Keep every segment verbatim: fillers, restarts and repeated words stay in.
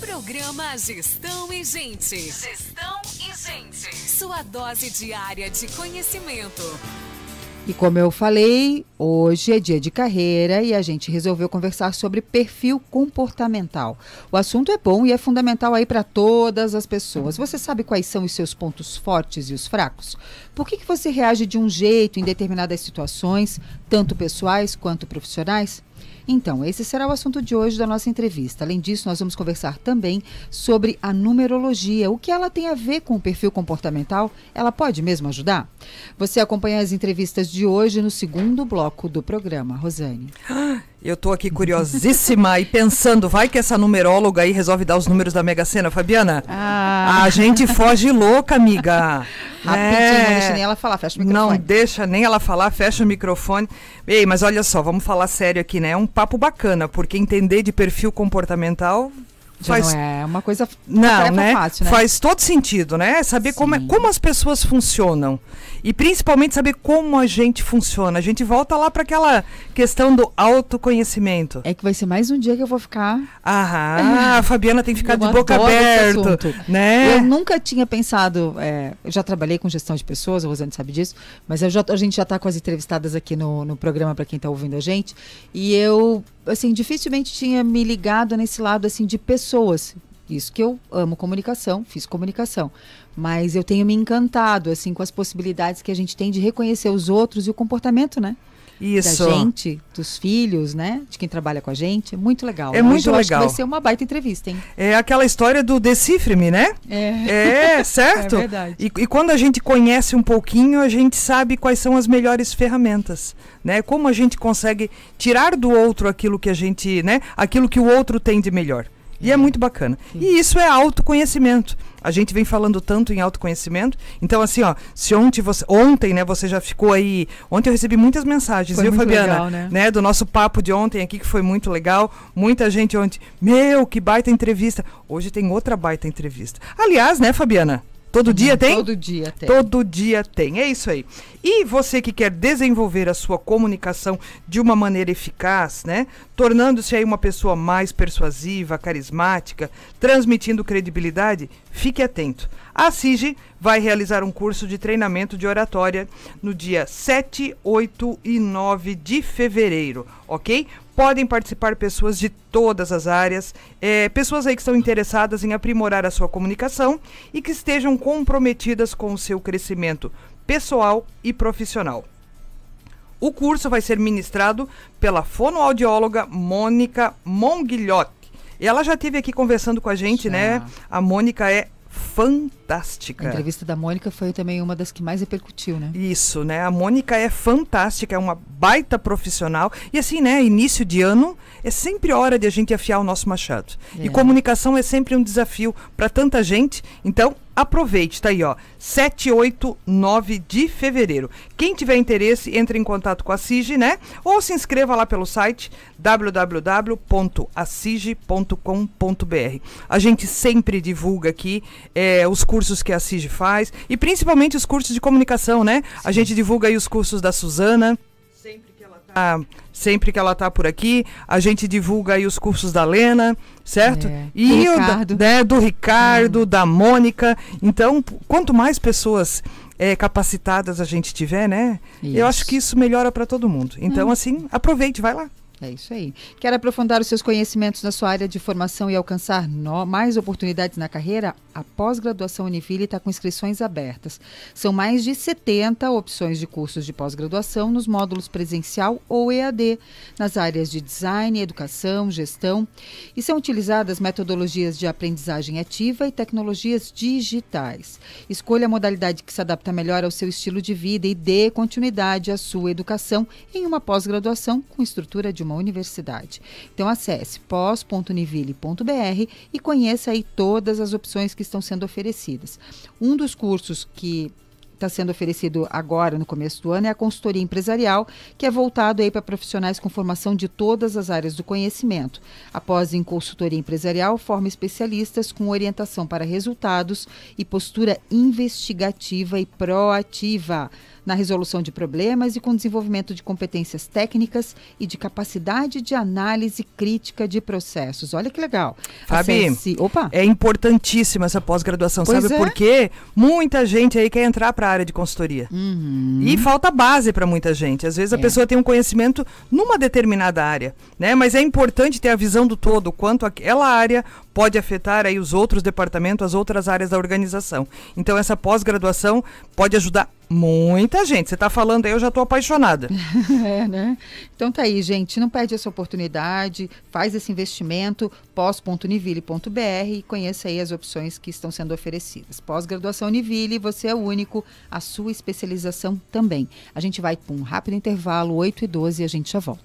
Programa Gestão e Gente. Gestão e Gente. Sua dose diária de conhecimento. E como eu falei, hoje é dia de carreira e a gente resolveu conversar sobre perfil comportamental. O assunto é bom e é fundamental aí para todas as pessoas. Você sabe quais são os seus pontos fortes e os fracos? Por que que você reage de um jeito em determinadas situações, tanto pessoais quanto profissionais? Então, esse será o assunto de hoje da nossa entrevista. Além disso, nós vamos conversar também sobre a numerologia. O que ela tem a ver com o perfil comportamental? Ela pode mesmo ajudar? Você acompanha as entrevistas de hoje no segundo bloco do programa. Rosane. Eu tô aqui curiosíssima e pensando, vai que essa numeróloga aí resolve dar os números da Mega Sena, Fabiana? Ah. A gente foge louca, amiga. Rapidinho, É. não deixa nem ela falar, fecha o microfone. Não deixa nem ela falar, fecha o microfone. Ei, mas olha só, vamos falar sério aqui, né? É um papo bacana, porque entender de perfil comportamental Já faz... não é uma coisa uma Não, tarefa né? fácil, né? Faz todo sentido, né? Saber como, é, Sim. como as pessoas funcionam. E principalmente saber como a gente funciona. A gente volta lá para aquela questão do autoconhecimento. É que vai ser mais um dia que eu vou ficar... Ah, a Fabiana tem que ficar Eu de boca adoro esse aberta, assunto. né? Eu nunca tinha pensado, é, eu já trabalhei com gestão de pessoas, a Rosane sabe disso, mas eu já, a gente já está com as entrevistadas aqui no, no programa para quem está ouvindo a gente, e eu, assim, dificilmente tinha me ligado nesse lado, assim, de pessoas. Isso que eu amo comunicação, fiz comunicação, mas eu tenho me encantado, assim, com as possibilidades que a gente tem de reconhecer os outros e o comportamento, né? Isso. Da gente, dos filhos, né? De quem trabalha com a gente. Muito legal. É Hoje muito eu legal. Acho que vai ser uma baita entrevista, hein? É aquela história do decifre-me, né? É. É, certo? É verdade. E, e quando a gente conhece um pouquinho, a gente sabe quais são as melhores ferramentas, né? Como a gente consegue tirar do outro aquilo que a gente, né? Aquilo que o outro tem de melhor. E é, é muito bacana. Sim. E isso é autoconhecimento. A gente vem falando tanto em autoconhecimento. Então, assim, ó, se ontem você, ontem, né, você já ficou aí. Ontem eu recebi muitas mensagens, foi viu, muito Fabiana? Legal, né? né? Do nosso papo de ontem aqui, que foi muito legal. Muita gente ontem. Meu, que baita entrevista. Hoje tem outra baita entrevista. Aliás, né, Fabiana? Todo dia tem? Todo dia tem. Todo dia tem, é isso aí. E você que quer desenvolver a sua comunicação de uma maneira eficaz, né? Tornando-se aí uma pessoa mais persuasiva, carismática, transmitindo credibilidade, fique atento. A CIGI vai realizar um curso de treinamento de oratória no dia sete, oito e nove de fevereiro, ok? Podem participar pessoas de todas as áreas, é, pessoas aí que estão interessadas em aprimorar a sua comunicação e que estejam comprometidas com o seu crescimento pessoal e profissional. O curso vai ser ministrado pela fonoaudióloga Mônica Monguilhote. Ela já esteve aqui conversando com a gente, já. né? A Mônica é fantástica. A entrevista da Mônica foi também uma das que mais repercutiu, né? Isso, né? A Mônica é fantástica, é uma baita profissional. E assim, né? Início de ano é sempre hora de a gente afiar o nosso machado. É. E comunicação é sempre um desafio para tanta gente. Então, aproveite, tá aí, ó. sete, oito, nove de fevereiro. Quem tiver interesse, entre em contato com a CIGI, né? Ou se inscreva lá pelo site w w w ponto a cigi ponto com ponto b r. A gente sempre divulga aqui é, os cursos que a CIGI faz e principalmente os cursos de comunicação, né? Sim. A gente divulga aí os cursos da Suzana. Sempre que ela tá, sempre que ela tá por aqui, a gente divulga aí os cursos da Lena, certo? É. E do o Ricardo, da, né, do, Ricardo hum. da Mônica. Então, quanto mais pessoas é, capacitadas a gente tiver, né? Isso. Eu acho que isso melhora para todo mundo. Então, hum. assim, aproveite, vai lá. É isso aí. Quer aprofundar os seus conhecimentos na sua área de formação e alcançar no, mais oportunidades na carreira? A pós-graduação Univille está com inscrições abertas. São mais de setenta opções de cursos de pós-graduação nos módulos presencial ou E A D, nas áreas de design, educação, gestão. E são utilizadas metodologias de aprendizagem ativa e tecnologias digitais. Escolha a modalidade que se adapta melhor ao seu estilo de vida e dê continuidade à sua educação em uma pós-graduação com estrutura de uma universidade. Então acesse pós ponto univille ponto b r e conheça aí todas as opções que estão sendo oferecidas. Um dos cursos que está sendo oferecido agora, no começo do ano, é a consultoria empresarial, que é voltado aí para profissionais com formação de todas as áreas do conhecimento. Após em consultoria empresarial, forma especialistas com orientação para resultados e postura investigativa e proativa. na resolução de problemas e com desenvolvimento de competências técnicas e de capacidade de análise crítica de processos. Olha que legal. Fabi, Acesse... Opa. é importantíssima essa pós-graduação, Pois sabe é. por quê? Muita gente aí quer entrar para a área de consultoria. Uhum. E falta base para muita gente. Às vezes a É. pessoa tem um conhecimento numa determinada área, né? Mas é importante ter a visão do todo, o quanto aquela área pode afetar aí os outros departamentos, as outras áreas da organização. Então essa pós-graduação pode ajudar muita gente. Você está falando aí, eu já estou apaixonada. É, né? Então tá aí, gente. Não perde essa oportunidade, faz esse investimento, pós ponto univille ponto b r e conheça aí as opções que estão sendo oferecidas. Pós-graduação Univille, você é o único, a sua especialização também. A gente vai para um rápido intervalo, oito e doze, e a gente já volta.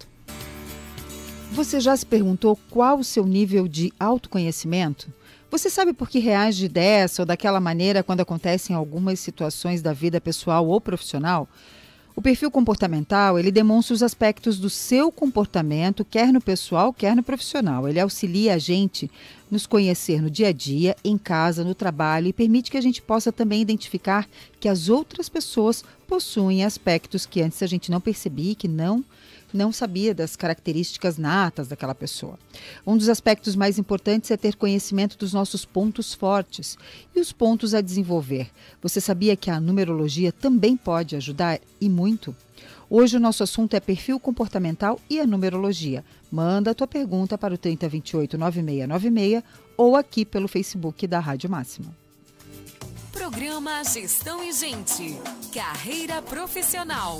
Você já se perguntou qual o seu nível de autoconhecimento? Você sabe por que reage dessa ou daquela maneira quando acontecem algumas situações da vida pessoal ou profissional? O perfil comportamental, ele demonstra os aspectos do seu comportamento, quer no pessoal, quer no profissional. Ele auxilia a gente nos conhecer no dia a dia, em casa, no trabalho e permite que a gente possa também identificar que as outras pessoas possuem aspectos que antes a gente não percebia, que não não sabia das características natas daquela pessoa. Um dos aspectos mais importantes é ter conhecimento dos nossos pontos fortes e os pontos a desenvolver. Você sabia que a numerologia também pode ajudar e muito? Hoje o nosso assunto é perfil comportamental e a numerologia. Manda a tua pergunta para o trinta, vinte e oito, noventa e seis noventa e seis ou aqui pelo Facebook da Rádio Máxima. Programa Gestão e Gente. Carreira profissional.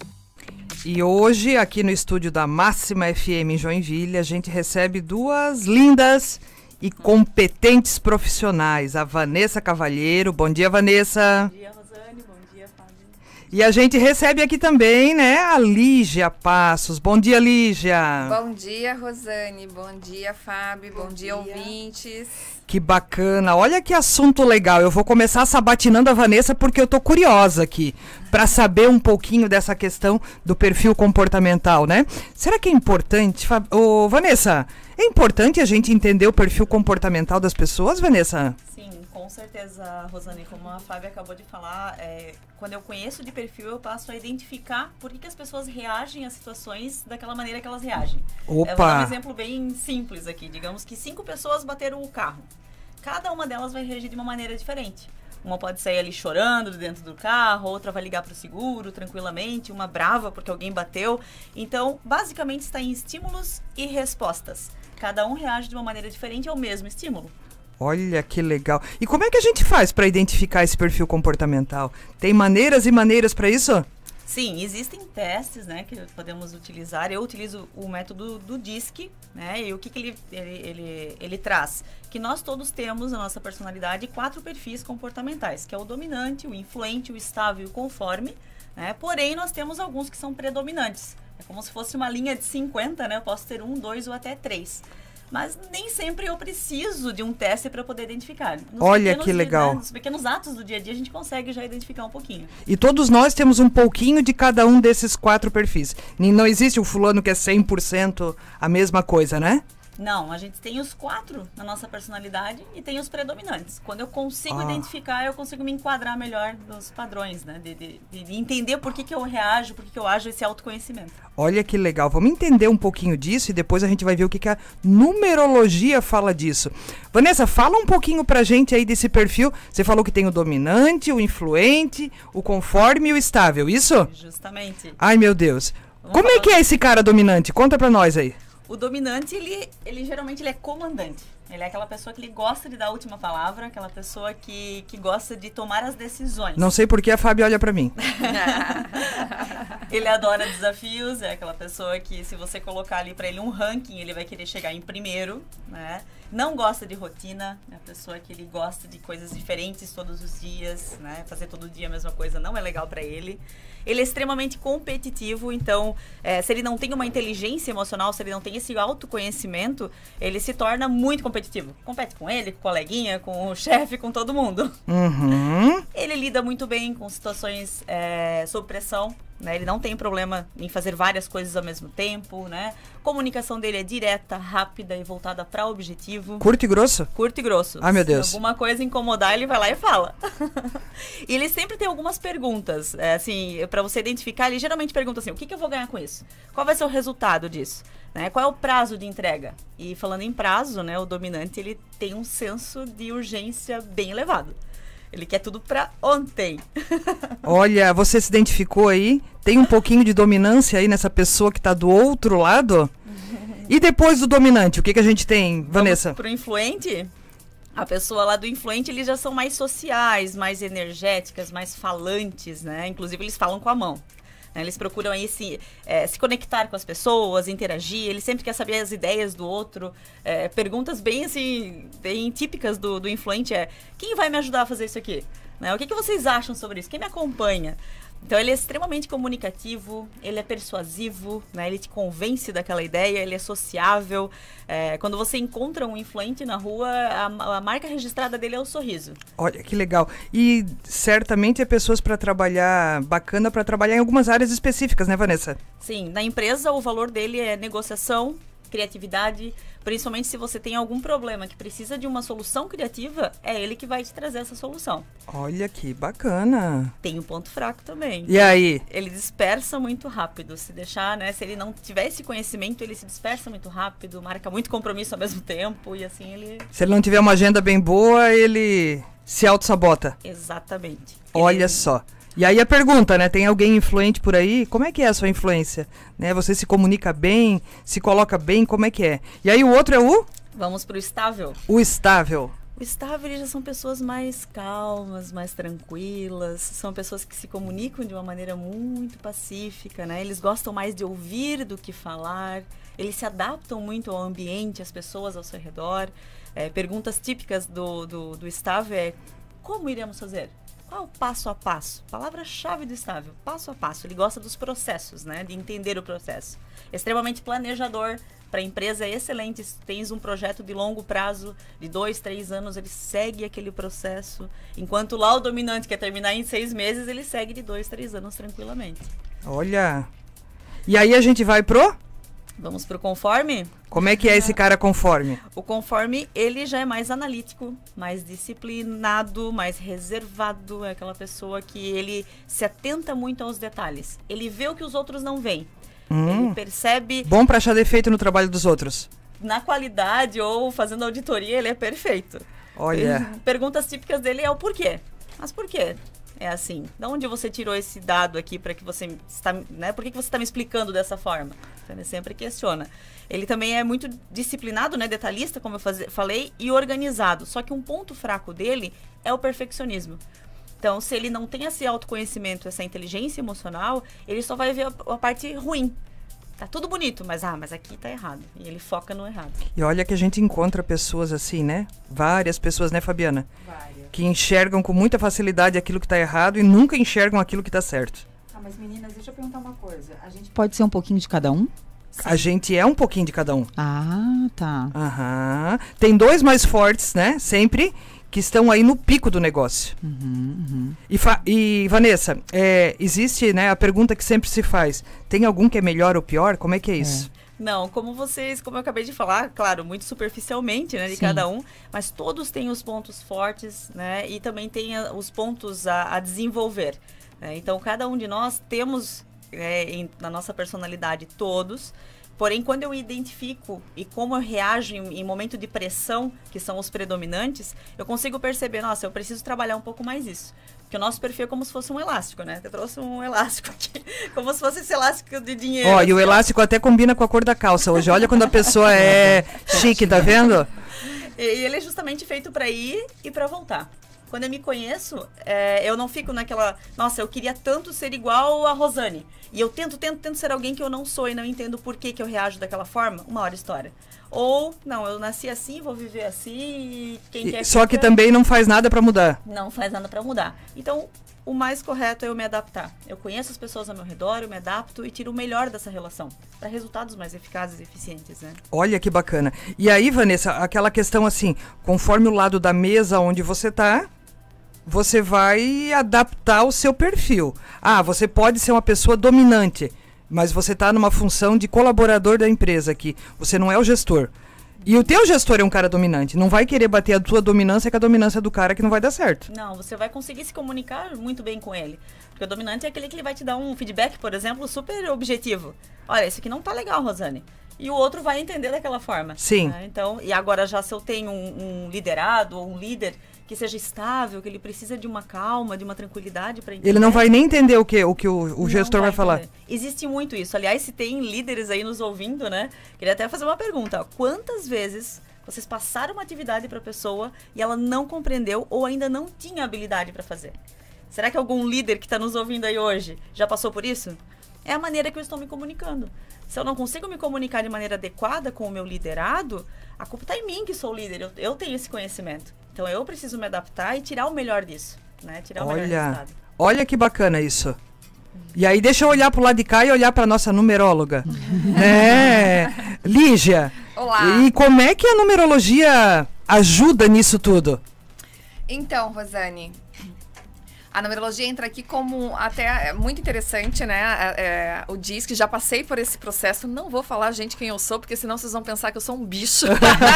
E hoje, aqui no estúdio da Máxima F M em Joinville, a gente recebe duas lindas e competentes profissionais. A Vanessa Cavalheiro. Bom dia, Vanessa. Bom dia, Rosane. Bom dia, Fábio. E a gente recebe aqui também, né, a Lígia Passos. Bom dia, Lígia. Bom dia, Rosane. Bom dia, Fábio. Bom, Bom dia, dia, ouvintes. Que bacana. Olha que assunto legal. Eu vou começar sabatinando a Vanessa porque eu tô curiosa aqui para saber um pouquinho dessa questão do perfil comportamental, né? Será que é importante, Fab... Ô, Vanessa, é importante a gente entender o perfil comportamental das pessoas, Vanessa? Sim, com certeza, Rosane. Como a Fábia acabou de falar, é, quando eu conheço de perfil, eu passo a identificar por que, que as pessoas reagem a situações daquela maneira que elas reagem. Opa! Eu vou dar um exemplo bem simples aqui. Digamos que cinco pessoas bateram o carro. Cada uma delas vai reagir de uma maneira diferente. Uma pode sair ali chorando de dentro do carro, outra vai ligar para o seguro tranquilamente, uma brava porque alguém bateu. Então, basicamente está em estímulos e respostas. Cada um reage de uma maneira diferente ao mesmo estímulo. Olha que legal. E como é que a gente faz para identificar esse perfil comportamental? Tem maneiras e maneiras para isso? Sim, existem testes, né, que podemos utilizar. Eu utilizo o método do D I S C, né, e o que, que ele, ele, ele, ele traz? Que nós todos temos na nossa personalidade quatro perfis comportamentais, que é o dominante, o influente, o estável e o conforme, né, porém nós temos alguns que são predominantes. É como se fosse uma linha de cinquenta, né, eu posso ter um, dois ou até três. Mas nem sempre eu preciso de um teste para poder identificar. Nos Olha que legal. Né, nos pequenos atos do dia a dia a gente consegue já identificar um pouquinho. E todos nós temos um pouquinho de cada um desses quatro perfis. Não existe o fulano que é cem por cento a mesma coisa, né? Não, a gente tem os quatro na nossa personalidade e tem os predominantes. Quando eu consigo ah. identificar, eu consigo me enquadrar melhor nos padrões, né? De, de, de entender por que, que eu reajo, por que, que eu ajo, esse autoconhecimento. Olha que legal. Vamos entender um pouquinho disso e depois a gente vai ver o que, que a numerologia fala disso. Vanessa, fala um pouquinho pra gente aí desse perfil. Você falou que tem o dominante, o influente, o conforme e o estável, isso? Justamente. Ai, meu Deus. Vamos Como falar... é que é esse cara dominante? Conta pra nós aí. O dominante, ele, ele geralmente ele é comandante. Ele é aquela pessoa que ele gosta de dar a última palavra, aquela pessoa que, que gosta de tomar as decisões. Não sei por que a Fábio olha pra mim. Ele adora desafios, é aquela pessoa que se você colocar ali pra ele um ranking, ele vai querer chegar em primeiro, né? Não gosta de rotina, é a pessoa que ele gosta de coisas diferentes todos os dias, né? Fazer todo dia a mesma coisa não é legal pra ele. Ele é extremamente competitivo, então, é, se ele não tem uma inteligência emocional, se ele não tem esse autoconhecimento, ele se torna muito competitivo. Compete com ele, com o coleguinha, com o chefe, com todo mundo. Uhum. Ele lida muito bem com situações é, sob pressão, né? Ele não tem problema em fazer várias coisas ao mesmo tempo, né? A comunicação dele é direta, rápida e voltada para o objetivo. Curto e grosso? Curto e grosso. Ai, meu Deus. Se alguma coisa incomodar, ele vai lá e fala. E ele sempre tem algumas perguntas, é, assim, para você identificar. Ele geralmente pergunta assim, o que, que eu vou ganhar com isso? Qual vai ser o resultado disso? Né? Qual é o prazo de entrega? E falando em prazo, né, o dominante ele tem um senso de urgência bem elevado. Ele quer tudo pra ontem. Olha, você se identificou aí? Tem um pouquinho de dominância aí nessa pessoa que tá do outro lado? E depois do dominante, o que, que a gente tem, Vanessa? Vamos pro influente? A pessoa lá do influente, eles já são mais sociais, mais energéticas, mais falantes, né? Inclusive, eles falam com a mão. Né? Eles procuram aí se, é, se conectar com as pessoas, interagir. Ele sempre quer saber as ideias do outro. É, perguntas bem, assim, bem típicas do, do influente é: quem vai me ajudar a fazer isso aqui? Né? O que, que vocês acham sobre isso? Quem me acompanha? Então, ele é extremamente comunicativo, ele é persuasivo, né? Ele te convence daquela ideia, ele é sociável. É, quando você encontra um influente na rua, a, a marca registrada dele é o sorriso. Olha, que legal. E certamente é pessoas para trabalhar, bacana para trabalhar em algumas áreas específicas, né, Vanessa? Sim, na empresa o valor dele é negociação, criatividade, principalmente se você tem algum problema que precisa de uma solução criativa, é ele que vai te trazer essa solução. Olha que bacana. Tem um ponto fraco também. E aí? Ele dispersa muito rápido, se deixar, né? Se ele não tiver esse conhecimento, ele se dispersa muito rápido, marca muito compromisso ao mesmo tempo e assim ele... Se ele não tiver uma agenda bem boa, ele se auto-sabota. Exatamente. Olha ele... só. E aí a pergunta, né? Tem alguém influente por aí? Como é que é a sua influência? Né? Você se comunica bem? Se coloca bem? Como é que é? E aí o outro é o? Vamos pro estável. O estável. O estável, eles já são pessoas mais calmas, mais tranquilas. São pessoas que se comunicam de uma maneira muito pacífica, né? Eles gostam mais de ouvir do que falar. Eles se adaptam muito ao ambiente, às pessoas ao seu redor. É, perguntas típicas do, do, do estável é: como iremos fazer? Qual é o passo a passo? Palavra-chave do estável, passo a passo. Ele gosta dos processos, né? De entender o processo. Extremamente planejador. Para a empresa é excelente. Se tens um projeto de longo prazo, de dois, três anos, ele segue aquele processo. Enquanto lá o dominante quer terminar em seis meses, ele segue de dois, três anos tranquilamente. Olha. E aí a gente vai pro? Vamos pro conforme? Como é que é esse cara conforme? O conforme, ele já é mais analítico, mais disciplinado, mais reservado. É aquela pessoa que ele se atenta muito aos detalhes. Ele vê o que os outros não veem. Hum, ele percebe... Bom para achar defeito no trabalho dos outros. Na qualidade ou fazendo auditoria, ele é perfeito. Olha. Perguntas típicas dele é o porquê. Mas por quê? É assim, de onde você tirou esse dado aqui para que você está, né? Por que, que você está me explicando dessa forma? Então, ele sempre questiona. Ele também é muito disciplinado, né? Detalhista, como eu faz, falei, e organizado. Só que um ponto fraco dele é o perfeccionismo. Então, se ele não tem esse autoconhecimento, essa inteligência emocional, ele só vai ver a, a parte ruim. Tá tudo bonito, mas ah, mas aqui tá errado. E ele foca no errado. E olha que a gente encontra pessoas assim, né? Várias pessoas, né, Fabiana? Várias. Que enxergam com muita facilidade aquilo que tá errado e nunca enxergam aquilo que tá certo. Ah, mas meninas, deixa eu perguntar uma coisa. A gente pode ser um pouquinho de cada um? Sim. A gente é um pouquinho de cada um. Ah, tá. Aham. Tem dois mais fortes, né? Sempre, que estão aí no pico do negócio. Uhum, uhum. E, e Vanessa, é, existe, né, a pergunta que sempre se faz: tem algum que é melhor ou pior? Como é que é isso? É. Não, como vocês, como eu acabei de falar, claro, muito superficialmente, né, de Sim. cada um, mas todos têm os pontos fortes, né, e também tem a, os pontos a, a desenvolver. Né? Então, cada um de nós temos, é, em, na nossa personalidade, todos. Porém, quando eu identifico e como eu reajo em, em momento de pressão, que são os predominantes, eu consigo perceber, nossa, eu preciso trabalhar um pouco mais isso. Porque o nosso perfil é como se fosse um elástico, né? Eu trouxe um elástico aqui, como se fosse esse elástico de dinheiro. Ó, oh, e o elástico até combina com a cor da calça hoje. Olha quando a pessoa é chique, tá vendo? E, e ele é justamente feito para ir e para voltar. Quando eu me conheço, é, eu não fico naquela... Nossa, eu queria tanto ser igual a Rosane. E eu tento, tento, tento ser alguém que eu não sou e não entendo por que, que eu reajo daquela forma. Uma hora história. Ou, não, eu nasci assim, vou viver assim e quem e, quer... Só fica, que também não faz nada para mudar. Não faz nada para mudar. Então, o mais correto é eu me adaptar. Eu conheço as pessoas ao meu redor, eu me adapto e tiro o melhor dessa relação. Para resultados mais eficazes e eficientes, né? Olha que bacana. E aí, Vanessa, aquela questão assim, conforme o lado da mesa onde você tá... você vai adaptar o seu perfil. Ah, você pode ser uma pessoa dominante, mas você está numa função de colaborador da empresa aqui. Você não é o gestor. E o teu gestor é um cara dominante. Não vai querer bater a tua dominância com a dominância do cara, que não vai dar certo. Não, você vai conseguir se comunicar muito bem com ele. Porque o dominante é aquele que ele vai te dar um feedback, por exemplo, super objetivo. Olha, isso aqui não tá legal, Rosane. E o outro vai entender daquela forma. Sim. Né? Então, e agora já se eu tenho um, um liderado ou um líder que seja estável, que ele precisa de uma calma, de uma tranquilidade para entender. Ele não vai nem entender o que o, que o, o gestor vai, vai falar. Existe muito isso. Aliás, se tem líderes aí nos ouvindo, né? Queria até fazer uma pergunta. Quantas vezes vocês passaram uma atividade para a pessoa e ela não compreendeu ou ainda não tinha habilidade para fazer? Será que algum líder que está nos ouvindo aí hoje já passou por isso? É a maneira que eu estou me comunicando. Se eu não consigo me comunicar de maneira adequada com o meu liderado, a culpa está em mim que sou líder. Eu, eu tenho esse conhecimento. Então, eu preciso me adaptar e tirar o melhor disso. Né? Tirar o olha, melhor resultado. Olha que bacana isso. E aí, deixa eu olhar para o lado de cá e olhar para a nossa numeróloga. É, Lígia. Olá. E como é que a numerologia ajuda nisso tudo? Então, Rosane, a numerologia entra aqui como até muito interessante, né? É, é, o D I S C, já passei por esse processo. Não vou falar, gente, quem eu sou, porque senão vocês vão pensar que eu sou um bicho.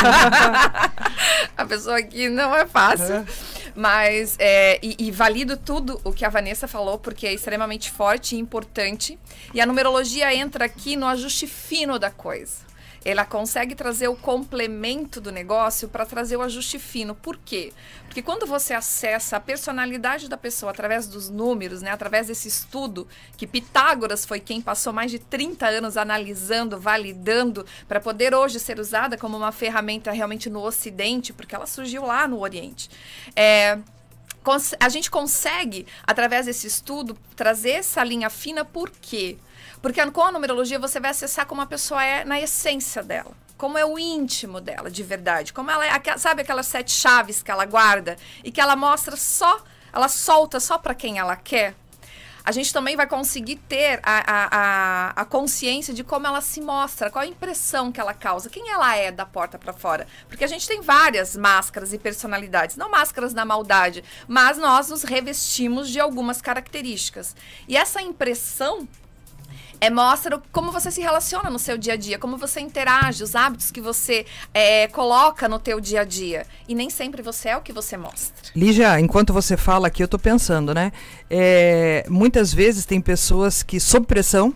A pessoa aqui não é fácil. É. Mas, é, e, e valido tudo o que a Vanessa falou, porque é extremamente forte e importante. E a numerologia entra aqui no ajuste fino da coisa. Ela consegue trazer o complemento do negócio para trazer o ajuste fino. Por quê? Porque quando você acessa a personalidade da pessoa através dos números, né, através desse estudo, que Pitágoras foi quem passou mais de trinta anos analisando, validando, para poder hoje ser usada como uma ferramenta realmente no Ocidente, porque ela surgiu lá no Oriente. É... A gente consegue, através desse estudo, trazer essa linha fina. Por quê? Porque com a numerologia você vai acessar como a pessoa é na essência dela. Como é o íntimo dela, de verdade. Como ela é, sabe aquelas sete chaves que ela guarda e que ela mostra só, ela solta só para quem ela quer? A gente também vai conseguir ter a, a, a, a consciência de como ela se mostra, qual a impressão que ela causa, quem ela é da porta para fora. Porque a gente tem várias máscaras e personalidades, não máscaras da maldade, mas nós nos revestimos de algumas características. E essa impressão é, mostra como você se relaciona no seu dia a dia, como você interage, os hábitos que você é, coloca no teu dia a dia. E nem sempre você é o que você mostra. Lígia, enquanto você fala aqui, eu tô pensando, né? É, muitas vezes tem pessoas que, sob pressão,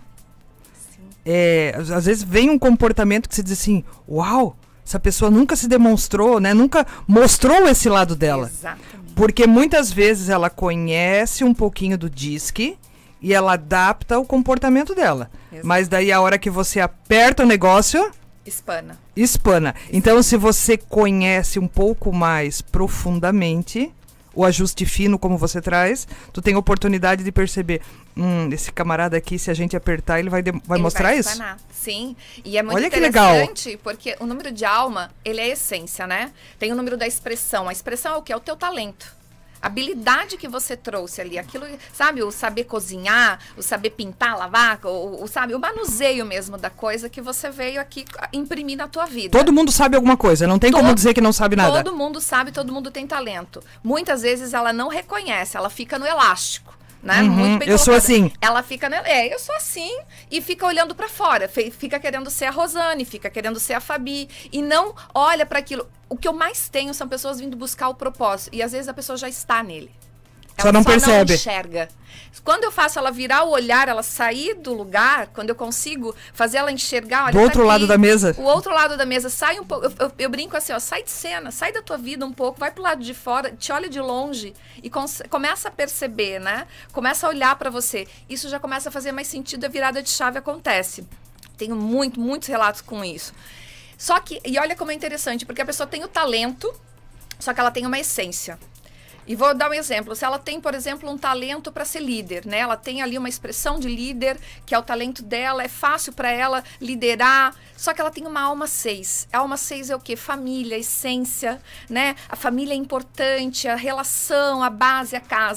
é, às vezes vem um comportamento que se diz assim, uau, essa pessoa nunca se demonstrou, né? Nunca mostrou esse lado dela. Exatamente. Porque muitas vezes ela conhece um pouquinho do D I S C e ela adapta o comportamento dela. Exato. Mas daí a hora que você aperta o negócio... Espana. Espana. Então, se você conhece um pouco mais profundamente o ajuste fino como você traz, tu tem oportunidade de perceber, hum, esse camarada aqui, se a gente apertar, ele vai, de, vai ele mostrar vai isso? Espanar. Sim, e é muito Olha interessante, que legal. Porque o número de alma, ele é a essência, né? Tem o número da expressão. A expressão é o quê? É o teu talento. A habilidade que você trouxe ali, aquilo, sabe, o saber cozinhar, o saber pintar, lavar, o, o, sabe, o manuseio mesmo da coisa que você veio aqui imprimir na tua vida. Todo mundo sabe alguma coisa, não tem todo, como dizer que não sabe nada. Todo mundo sabe, todo mundo tem talento. Muitas vezes ela não reconhece, ela fica no elástico. Né? Uhum, Muito bem eu colocada. sou assim. Ela fica, né? É, eu sou assim e fica olhando pra fora, fica querendo ser a Rosane, fica querendo ser a Fabi e não olha para aquilo. O que eu mais tenho são pessoas vindo buscar o propósito e às vezes a pessoa já está nele. Ela só não só percebe. Não enxerga. Quando eu faço ela virar o olhar, ela sair do lugar, quando eu consigo fazer ela enxergar... Olha, do outro tá lado aqui, da mesa. O outro lado da mesa, sai um pouco... Eu, eu, eu brinco assim, ó, sai de cena, sai da tua vida um pouco, vai pro lado de fora, te olha de longe e começa a perceber, né? Começa a olhar para você. Isso já começa a fazer mais sentido, a virada de chave acontece. Tenho muito, muitos relatos com isso. Só que, e olha como é interessante, porque a pessoa tem o talento, só que ela tem uma essência. E vou dar um exemplo. Se ela tem, por exemplo, um talento para ser líder, né? Ela tem ali uma expressão de líder, que é o talento dela, é fácil para ela liderar, só que ela tem uma alma seis. A alma seis é o quê? Família, essência, né? A família é importante, a relação, a base, a casa.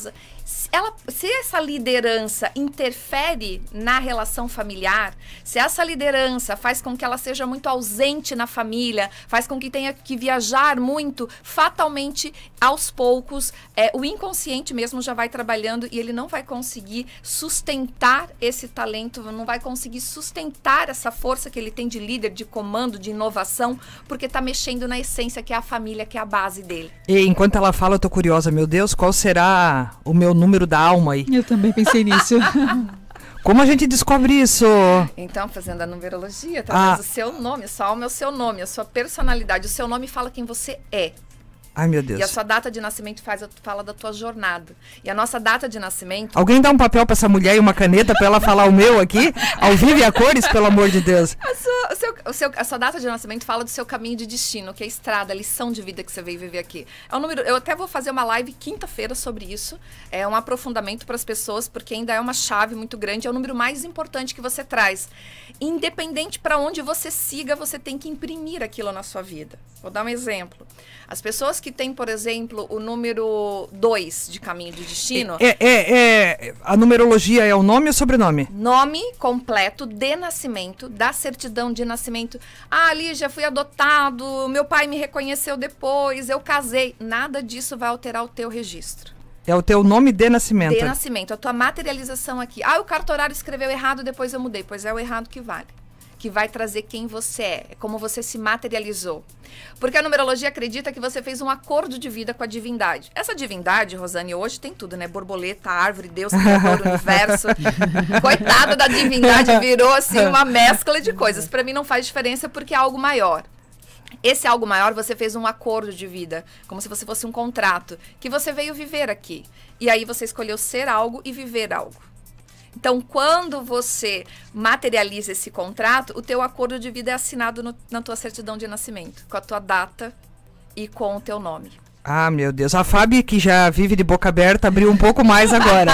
Se, ela, se essa liderança interfere na relação familiar, se essa liderança faz com que ela seja muito ausente na família, faz com que tenha que viajar muito, fatalmente, aos poucos, é, o inconsciente mesmo já vai trabalhando e ele não vai conseguir sustentar esse talento, não vai conseguir sustentar essa força que ele tem de líder, de comando, de inovação, porque está mexendo na essência que é a família, que é a base dele. E enquanto ela fala, eu tô curiosa, meu Deus, qual será o meu número da alma aí? Eu também pensei nisso. Como a gente descobre isso? Então, fazendo a numerologia, através Ah. do seu nome, sua alma é o seu nome, a sua personalidade, o seu nome fala quem você é. Ai, meu Deus. E a sua data de nascimento faz, fala da tua jornada. E a nossa data de nascimento... Alguém dá um papel pra essa mulher e uma caneta pra ela falar o meu aqui? Ao vivo e a cores, pelo amor de Deus. A sua, o seu, o seu, a sua data de nascimento fala do seu caminho de destino, que é a estrada, a lição de vida que você veio viver aqui. É um número, eu até vou fazer uma live quinta-feira sobre isso. É um aprofundamento para as pessoas, porque ainda é uma chave muito grande. É o número mais importante que você traz. Independente para onde você siga, você tem que imprimir aquilo na sua vida. Vou dar um exemplo. As pessoas que têm, por exemplo, o número dois de caminho de destino... É, é, é, a numerologia é o nome ou sobrenome? Nome completo de nascimento, da certidão de nascimento. Ah, Lígia, fui adotado, meu pai me reconheceu depois, eu casei. Nada disso vai alterar o teu registro. É o teu nome de nascimento. De nascimento, a tua materialização aqui. Ah, o cartorário escreveu errado, depois eu mudei. Pois é o errado que vale. Que vai trazer quem você é, como você se materializou. Porque a numerologia acredita que você fez um acordo de vida com a divindade. Essa divindade, Rosane, hoje tem tudo, né? Borboleta, árvore, Deus, Criador, universo. Coitada da divindade, virou assim uma mescla de coisas. Para mim não faz diferença porque é algo maior. Esse algo maior, você fez um acordo de vida, como se você fosse um contrato, que você veio viver aqui. E aí você escolheu ser algo e viver algo. Então, quando você materializa esse contrato, o teu acordo de vida é assinado no, na tua certidão de nascimento, com a tua data e com o teu nome. Ah, meu Deus. A Fábio, que já vive de boca aberta, abriu um pouco mais agora.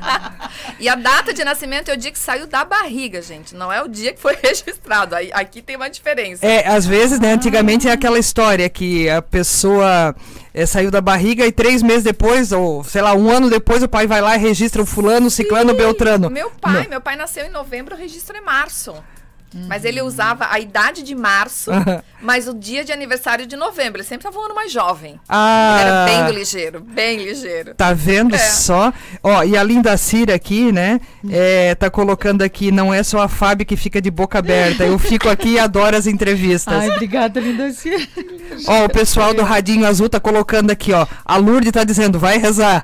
E a data de nascimento é o dia que saiu da barriga, gente. Não é o dia que foi registrado. Aí, aqui tem uma diferença. É, às vezes, né, antigamente é aquela história que a pessoa é, saiu da barriga e três meses depois, ou sei lá, um ano depois, o pai vai lá e registra o fulano, o ciclano, o beltrano. Meu pai, Não. meu pai nasceu em novembro, o registro é março. Uhum. Mas ele usava a idade de março, mas o dia de aniversário de novembro. Ele sempre estava um ano mais jovem. Ah, Ele era bem ligeiro, bem ligeiro. Tá vendo É. só? Ó, e a Linda Cira aqui, né, é, tá colocando aqui, não é só a Fábio que fica de boca aberta, eu fico aqui e adoro as entrevistas. Ai, obrigada, linda. Ó, o pessoal do Radinho Azul tá colocando aqui, ó, a Lourdes tá dizendo, vai rezar.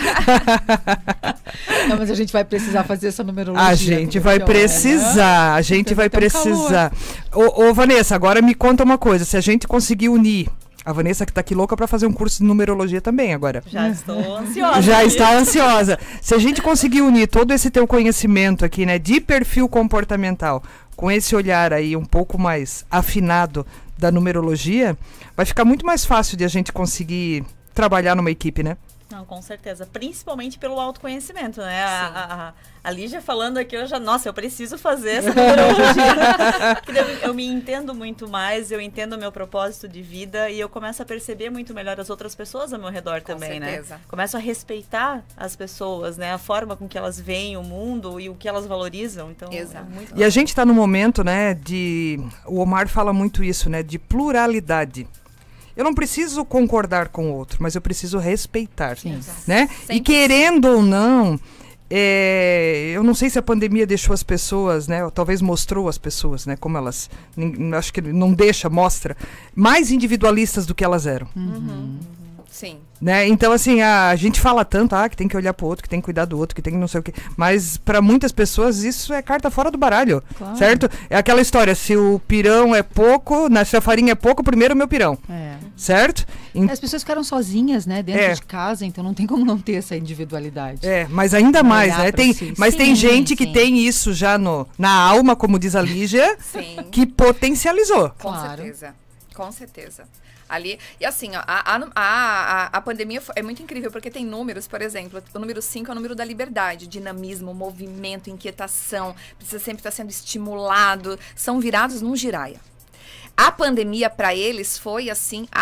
Não, mas a gente vai precisar fazer essa numerologia. A gente vai porque, olha, precisar, a gente vai Tem um precisar. Ô, ô, Vanessa, agora me conta uma coisa, se a gente conseguir unir, a Vanessa que tá aqui louca pra fazer um curso de numerologia também agora. Já estou ansiosa. Já está ansiosa. Se a gente conseguir unir todo esse teu conhecimento aqui, né, de perfil comportamental, com esse olhar aí um pouco mais afinado da numerologia, vai ficar muito mais fácil de a gente conseguir trabalhar numa equipe, né? Não, com certeza. Principalmente pelo autoconhecimento, né? A, a, a Lígia falando aqui, eu já, nossa, eu preciso fazer essa numerologia. Porque eu, eu me entendo muito mais, eu entendo o meu propósito de vida e eu começo a perceber muito melhor as outras pessoas ao meu redor Com também, certeza. né? Começo a respeitar as pessoas, né? A forma com que elas veem o mundo e o que elas valorizam. Então, Exato. é muito E a gente está no momento, né, de... O Omar fala muito isso, né, de pluralidade. Eu não preciso concordar com o outro, mas eu preciso respeitar, Sim. né? E querendo ou não, é, eu não sei se a pandemia deixou as pessoas, né? Ou talvez mostrou as pessoas, né? Como elas, nin- acho que não deixa, mostra, mais individualistas do que elas eram. Uhum. Sim. Né? Então, assim, a, a gente fala tanto ah, que tem que olhar pro outro, que tem que cuidar do outro, que tem que não sei o quê. Mas, para muitas pessoas, isso é carta fora do baralho. Claro. Certo? É aquela história: se o pirão é pouco, né, se a farinha é pouco, primeiro o meu pirão. É. Certo? Em- As pessoas ficaram sozinhas, né, dentro É. de casa, então não tem como não ter essa individualidade. É, mas ainda mais, Olhar né? pra Tem, si. mas Sim, tem gente que sim. tem isso já no, na alma, como diz a Lígia, Sim. que potencializou. Com Claro. certeza. Com certeza. Ali, e assim, ó, a, a, a, a pandemia foi- é muito incrível, porque tem números, por exemplo, o número cinco é o número da liberdade, dinamismo, movimento, inquietação, precisa sempre estar sendo estimulado, são virados num giraia. A pandemia, para eles, foi assim, a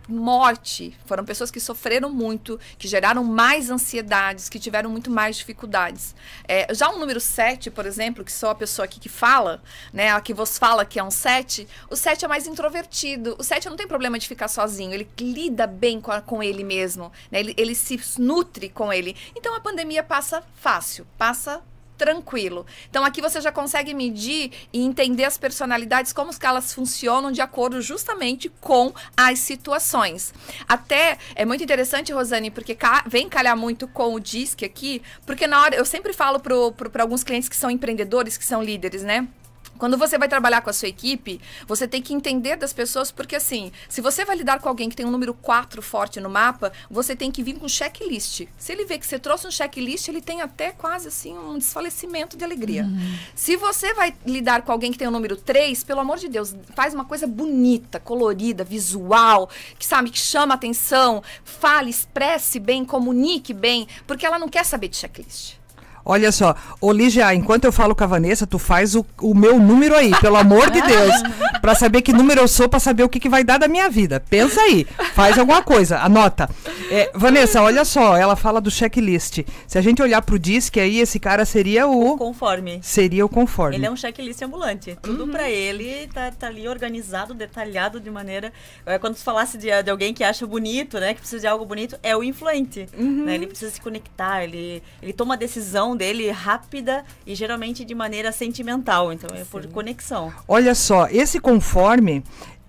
morte. Foram pessoas que sofreram muito, que geraram mais ansiedades, que tiveram muito mais dificuldades. É, já o número sete, por exemplo, que sou a pessoa aqui que fala, né, a que vos fala que é um sete, o sete é mais introvertido. O sete não tem problema de ficar sozinho, ele lida bem com, a, com ele mesmo, né, ele, ele se nutre com ele. Então a pandemia passa fácil, passa tranquilo. Então aqui você já consegue medir e entender as personalidades, como que elas funcionam de acordo justamente com as situações. Até é muito interessante, Rosane, porque ca vem calhar muito com o DISC aqui, porque na hora, eu sempre falo para alguns clientes que são empreendedores, que são líderes, né? Quando você vai trabalhar com a sua equipe, você tem que entender das pessoas, porque assim, se você vai lidar com alguém que tem um número quatro forte no mapa, você tem que vir com um checklist. Se ele vê que você trouxe um checklist, ele tem até quase assim um desfalecimento de alegria. Uhum. Se você vai lidar com alguém que tem o número três, pelo amor de Deus, faz uma coisa bonita, colorida, visual, que sabe, que chama atenção, fale, expresse bem, comunique bem, porque ela não quer saber de checklist. Olha só, ô Lígia, enquanto eu falo com a Vanessa, tu faz o, o meu número aí, pelo amor de Deus. Pra saber que número eu sou, pra saber o que, que vai dar da minha vida. Pensa aí, faz alguma coisa, anota. É, Vanessa, olha só, ela fala do checklist. Se a gente olhar pro DISC aí, esse cara seria o... o conforme. Seria o conforme. Ele é um checklist ambulante. Tudo uhum. pra ele tá, tá ali organizado, detalhado de maneira... É, quando tu falasse de, de alguém que acha bonito, né, que precisa de algo bonito, é o influente. Uhum. Né, ele precisa se conectar, ele, ele toma a decisão dele rápida e geralmente de maneira sentimental, então é por Sim. conexão. Olha só, esse conforme,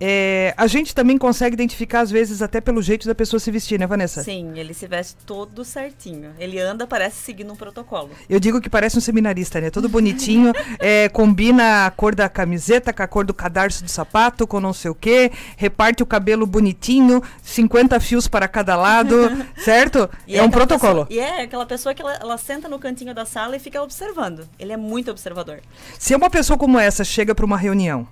é, a gente também consegue identificar às vezes até pelo jeito da pessoa se vestir, né, Vanessa? Sim, ele se veste todo certinho, ele anda, parece seguindo um protocolo. Eu digo que parece um seminarista, né, todo bonitinho, é, combina a cor da camiseta com a cor do cadarço do sapato, com não sei o quê, reparte o cabelo bonitinho, cinquenta fios para cada lado, certo? E é, é um protocolo. Pessoa, e é aquela pessoa que ela, ela senta no cantinho da sala e fica observando, ele é muito observador. Se uma pessoa como essa chega para uma reunião,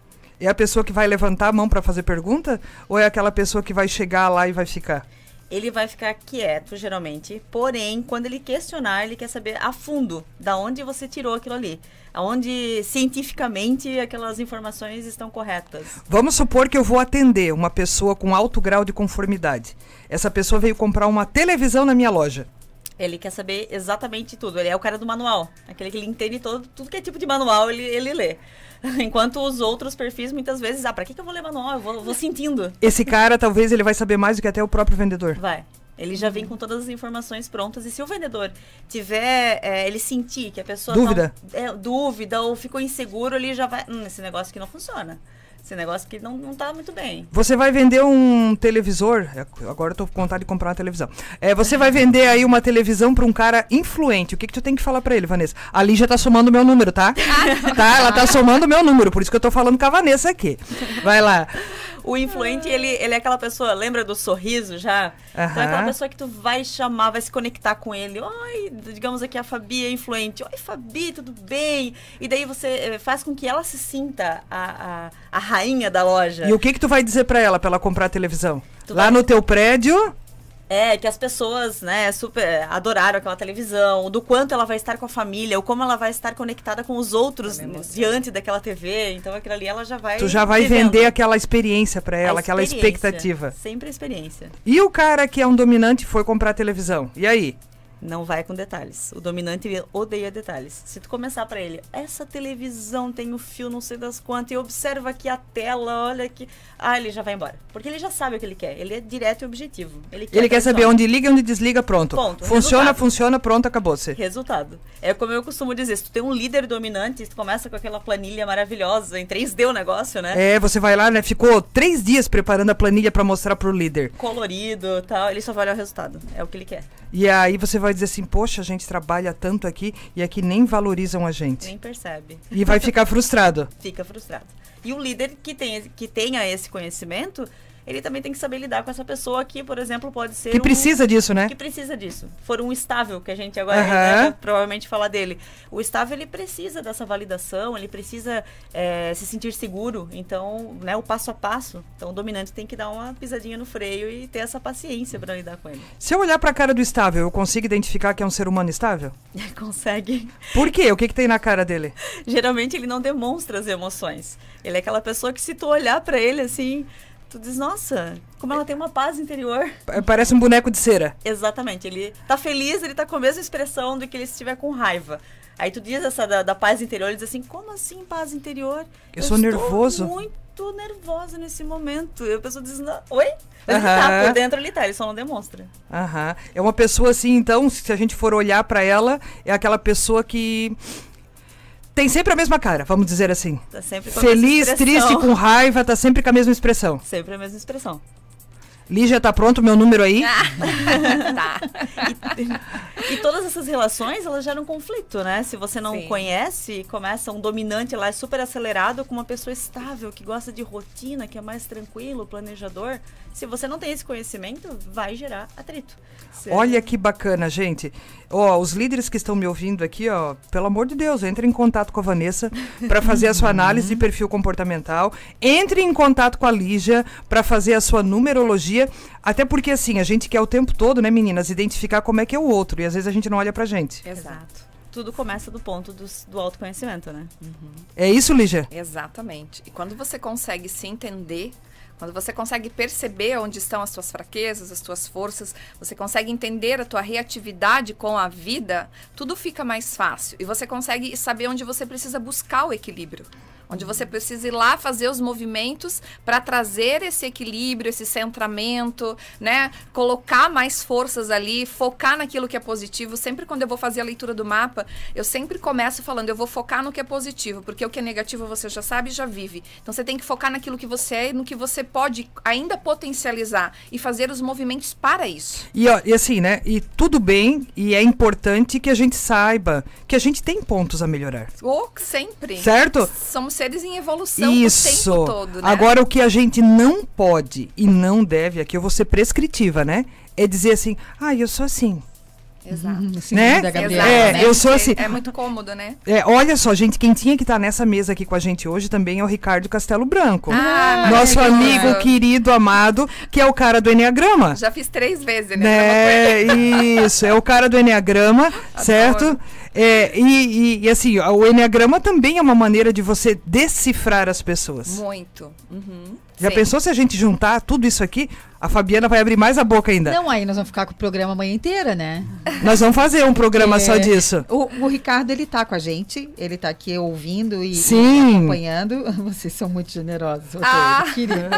é a pessoa que vai levantar a mão para fazer pergunta? Ou é aquela pessoa que vai chegar lá e vai ficar? Ele vai ficar quieto, geralmente. Porém, quando ele questionar, ele quer saber a fundo da onde você tirou aquilo ali. Aonde, cientificamente, aquelas informações estão corretas. Vamos supor que eu vou atender uma pessoa com alto grau de conformidade. Essa pessoa veio comprar uma televisão na minha loja. Ele quer saber exatamente tudo. Ele é o cara do manual. Aquele que ele entende todo, tudo que é tipo de manual, ele, ele lê. Enquanto os outros perfis, muitas vezes, ah, pra que, que eu vou ler manual? Eu vou, eu vou sentindo. Esse cara, talvez, ele vai saber mais do que até o próprio vendedor. Vai. Ele já vem com todas as informações prontas. E se o vendedor tiver, é, ele sentir que a pessoa... Dúvida. Não, é, dúvida ou ficou inseguro, ele já vai... Hum, esse negócio aqui não funciona. Esse negócio que não, não tá muito bem. Você vai vender um televisor... Agora eu tô com vontade de comprar uma televisão. É, você vai vender aí uma televisão para um cara influente. O que que tu tem que falar para ele, Vanessa? A Lígia tá somando o meu número, tá? Tá? Ela tá somando o meu número. Por isso que eu tô falando com a Vanessa aqui. Vai lá. O influente, ele, ele é aquela pessoa, lembra do sorriso já? Uhum. Então é aquela pessoa que tu vai chamar, vai se conectar com ele. Oi, digamos aqui a Fabi é influente. Oi, Fabi, tudo bem? E daí você faz com que ela se sinta a, a, a rainha da loja. E o que que tu vai dizer pra ela, pra ela comprar a televisão? Tu Lá vai... no teu prédio... É, que as pessoas, né, super adoraram aquela televisão, do quanto ela vai estar com a família, ou como ela vai estar conectada com os outros diante daquela T V. Então aquilo ali ela já vai... Tu já vai vivendo. vender aquela experiência pra ela, A aquela expectativa. Sempre a experiência. E o cara que é um dominante foi comprar a televisão? E aí? Não vai com detalhes. O dominante ele odeia detalhes. Se tu começar pra ele, essa televisão tem o fio não sei das quantas, e observa aqui a tela, olha aqui. Ah, ele já vai embora. Porque ele já sabe o que ele quer. Ele é direto e objetivo. Ele quer, ele quer saber onde liga e onde desliga, pronto. Ponto. Funciona, Resultado. funciona, pronto, acabou-se. Resultado. É como eu costumo dizer, se tu tem um líder dominante, tu começa com aquela planilha maravilhosa, em três D o negócio, né? É, você vai lá, né? Ficou três dias preparando a planilha pra mostrar pro líder. Colorido e tal, ele só vai olhar o resultado. É o que ele quer. E aí você vai dizer assim, poxa, a gente trabalha tanto aqui e aqui nem valorizam a gente. Nem percebe. E vai ficar frustrado. Fica frustrado. E o líder que, tem, que tenha esse conhecimento, ele também tem que saber lidar com essa pessoa que, por exemplo, pode ser Que um, precisa disso, né? Que precisa disso. For um estável, que a gente agora Uhum. né, vai provavelmente falar dele. O estável, ele precisa dessa validação, ele precisa é, se sentir seguro. Então, né, o passo a passo. Então, o dominante tem que dar uma pisadinha no freio e ter essa paciência para lidar com ele. Se eu olhar pra cara do estável, eu consigo identificar que é um ser humano estável? Consegue. Por quê? O que que tem na cara dele? Geralmente, ele não demonstra as emoções. Ele é aquela pessoa que, se tu olhar para ele assim... Tu diz, nossa, como ela tem uma paz interior. Parece um boneco de cera. Exatamente, ele tá feliz, ele tá com a mesma expressão do que ele estiver com raiva. Aí tu diz essa da, da paz interior, ele diz assim, como assim paz interior? Eu, eu sou nervoso. Eu muito nervosa nesse momento. E a pessoa diz, não, oi? Mas ele tá, por dentro ele tá, ele só não demonstra. Aham. É uma pessoa assim, então, se a gente for olhar pra ela, é aquela pessoa que... tem sempre a mesma cara, vamos dizer assim. Tá sempre com feliz, a mesma triste, com raiva, tá sempre com a mesma expressão. Sempre a mesma expressão. Lígia, tá pronto o meu número aí? Tá. E, e todas essas relações, elas geram conflito, né? Se você não Sim. conhece, começa um dominante lá, super acelerado, com uma pessoa estável, que gosta de rotina, que é mais tranquilo, planejador. Se você não tem esse conhecimento, vai gerar atrito. Você... Olha que bacana, gente. Ó, os líderes que estão me ouvindo aqui, ó, pelo amor de Deus, entre em contato com a Vanessa para fazer a sua análise de perfil comportamental. Entre em contato com a Lígia para fazer a sua numerologia. Até porque, assim, a gente quer o tempo todo, né, meninas, identificar como é que é o outro. E às vezes a gente não olha pra gente. Exato. Tudo começa do ponto dos, do autoconhecimento, né? Uhum. É isso, Lígia? Exatamente. E quando você consegue se entender, quando você consegue perceber onde estão as suas fraquezas, as suas forças, você consegue entender a tua reatividade com a vida, tudo fica mais fácil. E você consegue saber onde você precisa buscar o equilíbrio. Onde você precisa ir lá fazer os movimentos para trazer esse equilíbrio, esse centramento, né? Colocar mais forças ali, focar naquilo que é positivo. Sempre quando eu vou fazer a leitura do mapa, eu sempre começo falando, eu vou focar no que é positivo, porque o que é negativo você já sabe e já vive. Então você tem que focar naquilo que você é e no que você pode ainda potencializar e fazer os movimentos para isso. E, ó, e assim, né? E tudo bem, e é importante que a gente saiba que a gente tem pontos a melhorar. Ou sempre. Certo? Somos seres em evolução Isso. o tempo todo, né? Agora, o que a gente não pode e não deve, aqui eu vou ser prescritiva, né? É dizer assim, ah, eu sou assim. Exato. Né? Da Gabriela, É, né? eu sou assim. É muito cômodo, né? É, olha só, gente, quem tinha que estar nessa mesa aqui com a gente hoje também é o Ricardo Castelo Branco. Ah, nosso maravilhoso. amigo, querido, amado, que é o cara do Enneagrama. Já fiz três vezes, né? Né? Isso, é o cara do Enneagrama, certo? É, e, e, e assim, o Enneagrama também é uma maneira de você decifrar as pessoas. Muito. Uhum. Já Sim. pensou se a gente juntar tudo isso aqui? A Fabiana vai abrir mais a boca ainda. Não, aí nós vamos ficar com o programa a manhã inteira, né? Nós vamos fazer um programa É, só disso. O, o Ricardo, ele tá com a gente, ele tá aqui ouvindo e, Sim. e acompanhando. Vocês são muito generosos. Ah. Ele, querido.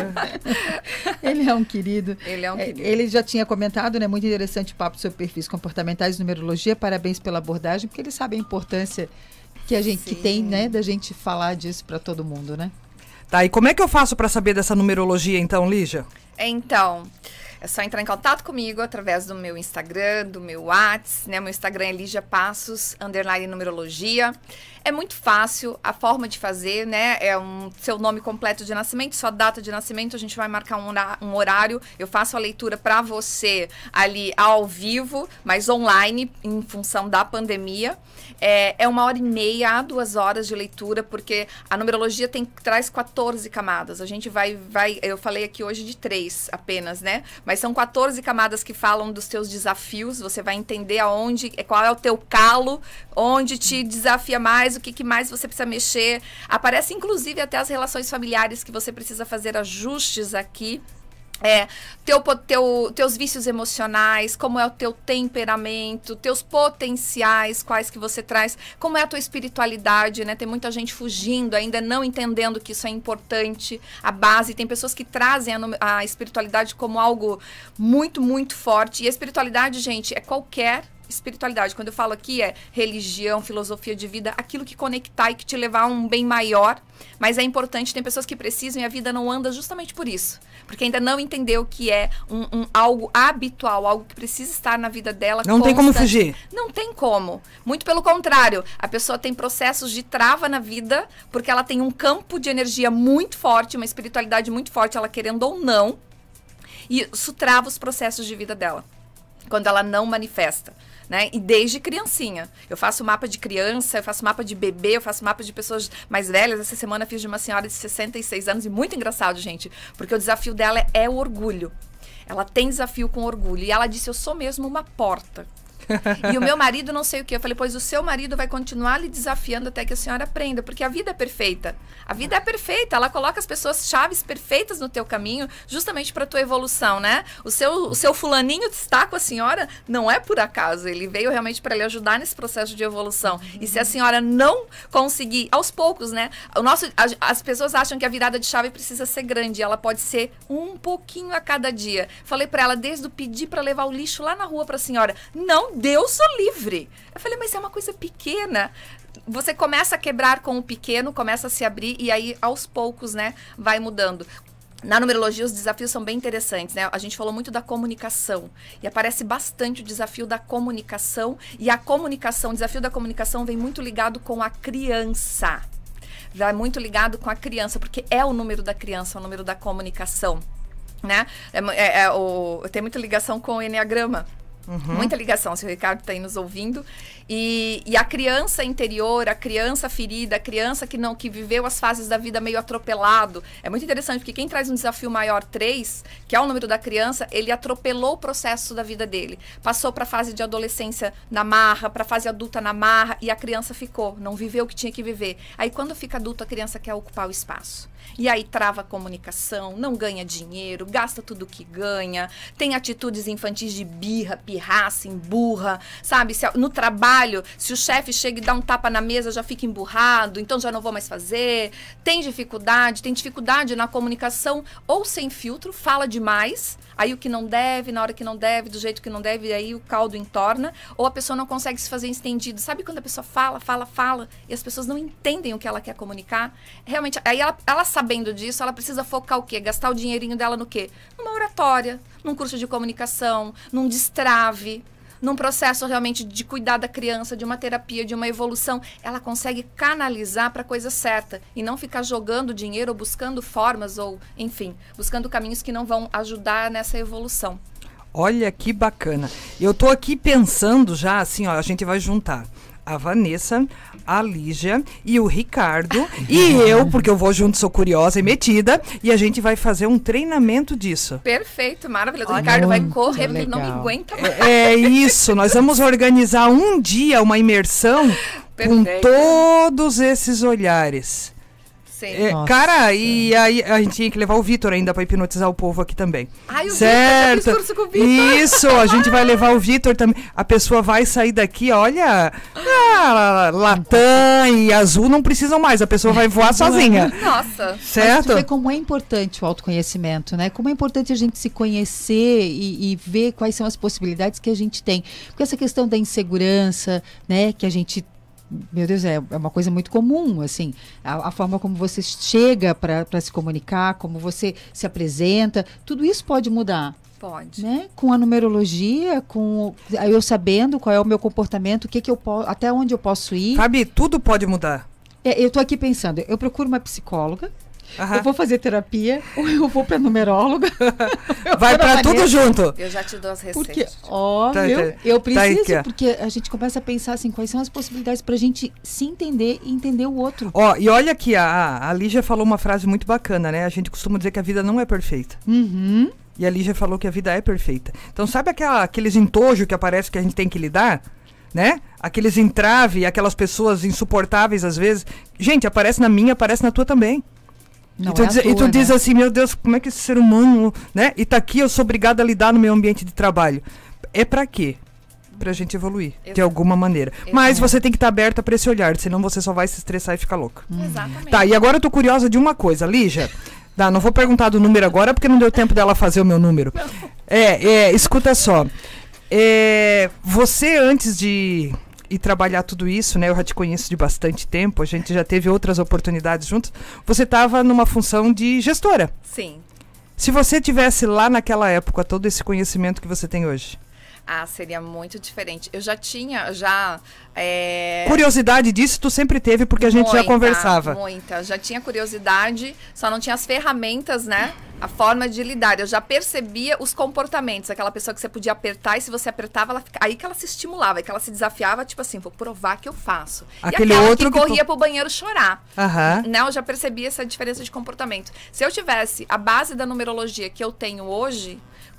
Ele é um querido. Ele é um É, querido. Ele já tinha comentado, né? Muito interessante o papo sobre perfis comportamentais e numerologia. Parabéns pela abordagem, porque ele sabe a importância que a gente que Sim. tem, né? Da gente falar disso para todo mundo, né? Tá, e como é que eu faço para saber dessa numerologia então, Lígia? Então, é só entrar em contato comigo através do meu Instagram, do meu WhatsApp, né? Meu Instagram é Lígia Passos, underline numerologia. É muito fácil a forma de fazer, né? É um seu nome completo de nascimento, sua data de nascimento, a gente vai marcar um, um horário. Eu faço a leitura para você ali ao vivo, mas online, em função da pandemia. É, é uma hora e meia a duas horas de leitura, porque a numerologia tem, traz quatorze camadas. A gente vai, vai, eu falei aqui hoje de três apenas, né? Mas são quatorze camadas que falam dos teus desafios. Você vai entender aonde, qual é o teu calo, onde te desafia mais, o que, que mais você precisa mexer. Aparece, inclusive, até as relações familiares que você precisa fazer ajustes aqui. É, teu, teu, teus vícios emocionais, como é o teu temperamento, teus potenciais, quais que você traz, como é a tua espiritualidade, né? Tem muita gente fugindo, ainda não entendendo que isso é importante, a base. Tem pessoas que trazem a, a espiritualidade como algo muito, muito forte. E a espiritualidade, gente, é qualquer espiritualidade. Quando eu falo aqui é religião, filosofia de vida, aquilo que conectar e que te levar a um bem maior. Mas é importante, tem pessoas que precisam e a vida não anda justamente por isso. Porque ainda não entendeu que é um, um, algo habitual, algo que precisa estar na vida dela. Não tem como fugir. Não tem como. Muito pelo contrário. A pessoa tem processos de trava na vida porque ela tem um campo de energia muito forte, uma espiritualidade muito forte, ela querendo ou não. E isso trava os processos de vida dela. Quando ela não manifesta. Né? E desde criancinha. Eu faço mapa de criança, eu faço mapa de bebê, eu faço mapa de pessoas mais velhas. Essa semana eu fiz de uma senhora de sessenta e seis anos e muito engraçado, gente, porque o desafio dela é o orgulho. Ela tem desafio com orgulho. E ela disse, eu sou mesmo uma porta. E o meu marido não sei o que. Eu falei, pois o seu marido vai continuar lhe desafiando até que a senhora aprenda, porque a vida é perfeita. A vida é perfeita, ela coloca as pessoas chaves perfeitas no teu caminho, justamente para tua evolução, né? O seu, o seu fulaninho está com a senhora, não é por acaso, ele veio realmente para lhe ajudar nesse processo de evolução. E se a senhora não conseguir, aos poucos, né? O nosso, a, as pessoas acham que a virada de chave precisa ser grande, ela pode ser um pouquinho a cada dia. Falei para ela, desde o pedir para levar o lixo lá na rua para a senhora, não, Deus o livre. Eu falei, mas é uma coisa pequena. Você começa a quebrar com o pequeno, começa a se abrir e aí, aos poucos, né, vai mudando. Na numerologia, os desafios são bem interessantes, né? A gente falou muito da comunicação e aparece bastante o desafio da comunicação. E a comunicação, o desafio da comunicação vem muito ligado com a criança. Vai muito ligado com a criança, porque é o número da criança, o número da comunicação, né? É, é, é, o, tem muita ligação com o Enneagrama. Uhum. Muita ligação, se o Ricardo está aí nos ouvindo. E, e a criança interior, a criança ferida, a criança que não que viveu as fases da vida meio atropelado. É muito interessante, porque quem traz um desafio maior três, que é o número da criança, ele atropelou o processo da vida dele. Passou para a fase de adolescência na marra, para a fase adulta na marra, e a criança ficou, não viveu o que tinha que viver. Aí quando fica adulto, a criança quer ocupar o espaço. E aí trava a comunicação, não ganha dinheiro, gasta tudo que ganha, tem atitudes infantis de birra, pirraça, emburra, sabe? Se, no trabalho, se o chefe chega e dá um tapa na mesa, já fica emburrado, então já não vou mais fazer. Tem dificuldade, tem dificuldade na comunicação, ou sem filtro, fala demais, aí o que não deve, na hora que não deve, do jeito que não deve, aí o caldo entorna, ou a pessoa não consegue se fazer entendido. Sabe quando a pessoa fala, fala, fala, e as pessoas não entendem o que ela quer comunicar? Realmente, aí ela, ela sabendo disso, ela precisa focar o quê? Gastar o dinheirinho dela no quê? Numa oratória, num curso de comunicação, num destrave, num processo realmente de cuidar da criança, de uma terapia, de uma evolução. Ela consegue canalizar para a coisa certa e não ficar jogando dinheiro ou buscando formas ou, enfim, buscando caminhos que não vão ajudar nessa evolução. Olha que bacana. Eu tô aqui pensando já, assim, ó, a gente vai juntar a Vanessa, a Lígia e o Ricardo e eu, porque eu vou junto, sou curiosa e metida, e a gente vai fazer um treinamento disso. Perfeito, maravilhoso. O Ricardo vai correr porque ele não me aguenta mais. É, é isso, nós vamos organizar um dia uma imersão com todos esses olhares. É, cara, e aí a gente tinha que levar o Vitor ainda para hipnotizar o povo aqui também. Ai, o certo? Vitor, curso com o Vitor. Isso, a gente vai levar o Vitor também. A pessoa vai sair daqui, olha, ah, Latam e Azul não precisam mais, a pessoa vai voar sozinha. Nossa. Mas Certo? tu vê como é importante o autoconhecimento, né? Como é importante a gente se conhecer e, e ver quais são as possibilidades que a gente tem. Porque essa questão da insegurança, né, que a gente... Meu Deus, é, é uma coisa muito comum, assim, a, a forma como você chega para se comunicar, como você se apresenta, tudo isso pode mudar. Pode. Né? Com a numerologia, com eu sabendo qual é o meu comportamento, o que que eu posso, até onde eu posso ir. Fabi, tudo pode mudar. É, eu tô aqui pensando, eu procuro uma psicóloga, Aham. eu vou fazer terapia, ou eu vou para numeróloga. Vai para tudo junto. Eu já te dou as receitas. Porque, ó, Tá, viu? tá. Eu Tá aí preciso, que é. porque a gente começa a pensar assim, quais são as possibilidades pra gente se entender e entender o outro. Ó, e olha aqui, a, a Lígia falou uma frase muito bacana, né? A gente costuma dizer que a vida não é perfeita. Uhum. E a Lígia falou que a vida é perfeita. Então, sabe aquela, aqueles entojos que aparece que a gente tem que lidar? Né? Aqueles entraves, aquelas pessoas insuportáveis às vezes. Gente, aparece na minha, aparece na tua também. Não e tu, é à diz, e tu toa, diz né? assim, meu Deus, como é que esse ser humano, né? E tá aqui, eu sou obrigada a lidar no meu ambiente de trabalho. É pra quê? Pra gente evoluir, Exato. de alguma maneira. Exato. Mas você tem que estar aberta pra esse olhar, senão você só vai se estressar e ficar louca. Exatamente. Tá, e agora eu tô curiosa de uma coisa, Lígia. Tá, não vou perguntar do número agora, porque não deu tempo dela fazer o meu número. É, é, escuta só. É, você, antes de ir trabalhar tudo isso, né? Eu já te conheço de bastante tempo, a gente já teve outras oportunidades juntos. Você estava numa função de gestora. Sim. Se você tivesse lá naquela época todo esse conhecimento que você tem hoje. Ah, seria muito diferente. Eu já tinha, já... É... Curiosidade disso tu sempre teve, porque a gente muita, já conversava. Muita, já tinha curiosidade, só não tinha as ferramentas, né? A forma de lidar. Eu já percebia os comportamentos. Aquela pessoa que você podia apertar e se você apertava, ela fica... aí que ela se estimulava, aí que ela se desafiava, tipo assim, vou provar que eu faço. Aquele e aquela outro que que corria tu- pro banheiro chorar. Aham. Né? Eu já percebia essa diferença de comportamento. Se eu tivesse a base da numerologia que eu tenho hoje,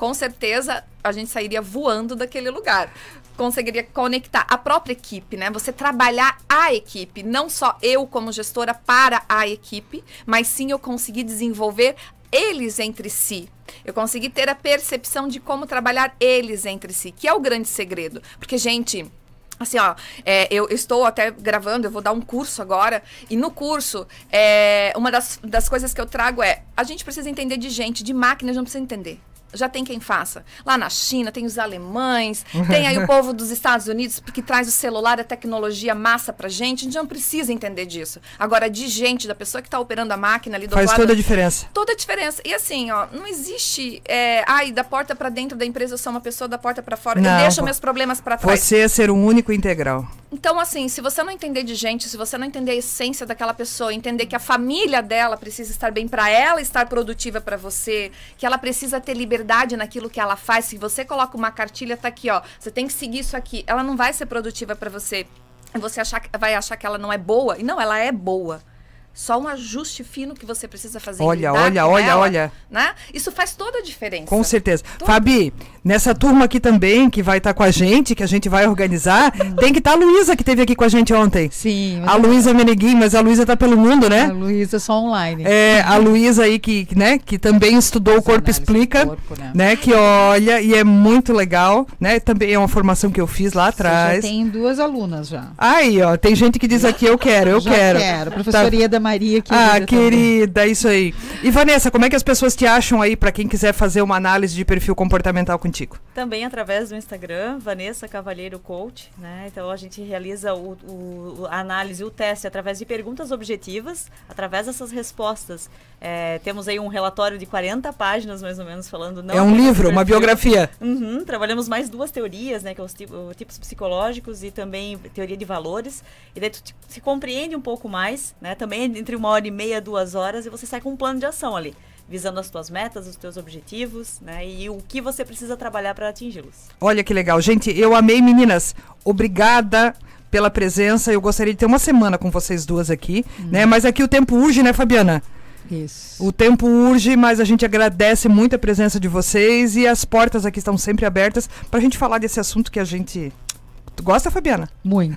com certeza a gente sairia voando daquele lugar. Conseguiria conectar a própria equipe, né? Você trabalhar a equipe, não só eu como gestora para a equipe, mas sim eu conseguir desenvolver eles entre si. Eu consegui ter a percepção de como trabalhar eles entre si, que é o grande segredo. Porque, gente, assim, ó, é, eu estou até gravando, eu vou dar um curso agora, e no curso, é, uma das, das coisas que eu trago é, a gente precisa entender de gente, de máquinas não precisa entender. Já tem quem faça. Lá na China tem os alemães, tem aí o povo dos Estados Unidos que traz o celular, a tecnologia massa pra gente. A gente não precisa entender disso. Agora, de gente, da pessoa que tá operando a máquina ali do Faz lado... toda a diferença. Toda a diferença. E assim, ó, não existe... É, ai, da porta pra dentro da empresa eu sou uma pessoa, da porta pra fora. Não, eu deixo meus problemas pra trás. Você é ser um único integral. Então, assim, se você não entender de gente, se você não entender a essência daquela pessoa, entender que a família dela precisa estar bem pra ela estar produtiva pra você, que ela precisa ter liberdade naquilo que ela faz, se você coloca uma cartilha, tá aqui, ó, você tem que seguir isso aqui, ela não vai ser produtiva pra você. E você achar, vai achar que ela não é boa, e não, ela é boa. Só um ajuste fino que você precisa fazer. Olha, olha, olha, ela, olha. Né? Isso faz toda a diferença. Com certeza. Toda. Fabi, nessa turma aqui também, que vai estar tá com a gente, que a gente vai organizar, hum. tem que estar tá a Luísa, que esteve aqui com a gente ontem. Sim. A Luísa Meneguin, mas a Luísa está pelo mundo, né? A Luísa só online. É, a Luísa aí que, né, que também estudou o Corpo Explica, corpo, né? né? Que olha, e é muito legal, né? Também é uma formação que eu fiz lá atrás. Você já tem duas alunas já. Aí, ó, tem gente que diz aqui, eu quero, eu já quero. quero. Professora Ieda Maria, que Ah, querida, isso aí. E Vanessa, como é que as pessoas te acham aí para quem quiser fazer uma análise de perfil comportamental contigo? Também através do Instagram, Vanessa Cavalheiro Coach, né? Então a gente realiza o, o, a análise, o teste através de perguntas objetivas, através dessas respostas. É, temos aí um relatório de quarenta páginas, mais ou menos, falando... Não é um livro, uma biografia. Uhum, trabalhamos mais duas teorias, né? Que é os tipos, tipos psicológicos e também teoria de valores. E daí tu te, se compreende um pouco mais, né? Também entre uma hora e meia, duas horas, e você sai com um plano de ação ali, visando as tuas metas, os teus objetivos, né? E o que você precisa trabalhar para atingi-los. Olha que legal. Gente, eu amei, meninas. Obrigada pela presença. Eu gostaria de ter uma semana com vocês duas aqui, hum. né? Mas aqui o tempo urge, né, Fabiana? Isso. O tempo urge, mas a gente agradece muito a presença de vocês e as portas aqui estão sempre abertas para a gente falar desse assunto que a gente... Tu gosta, Fabiana? Muito.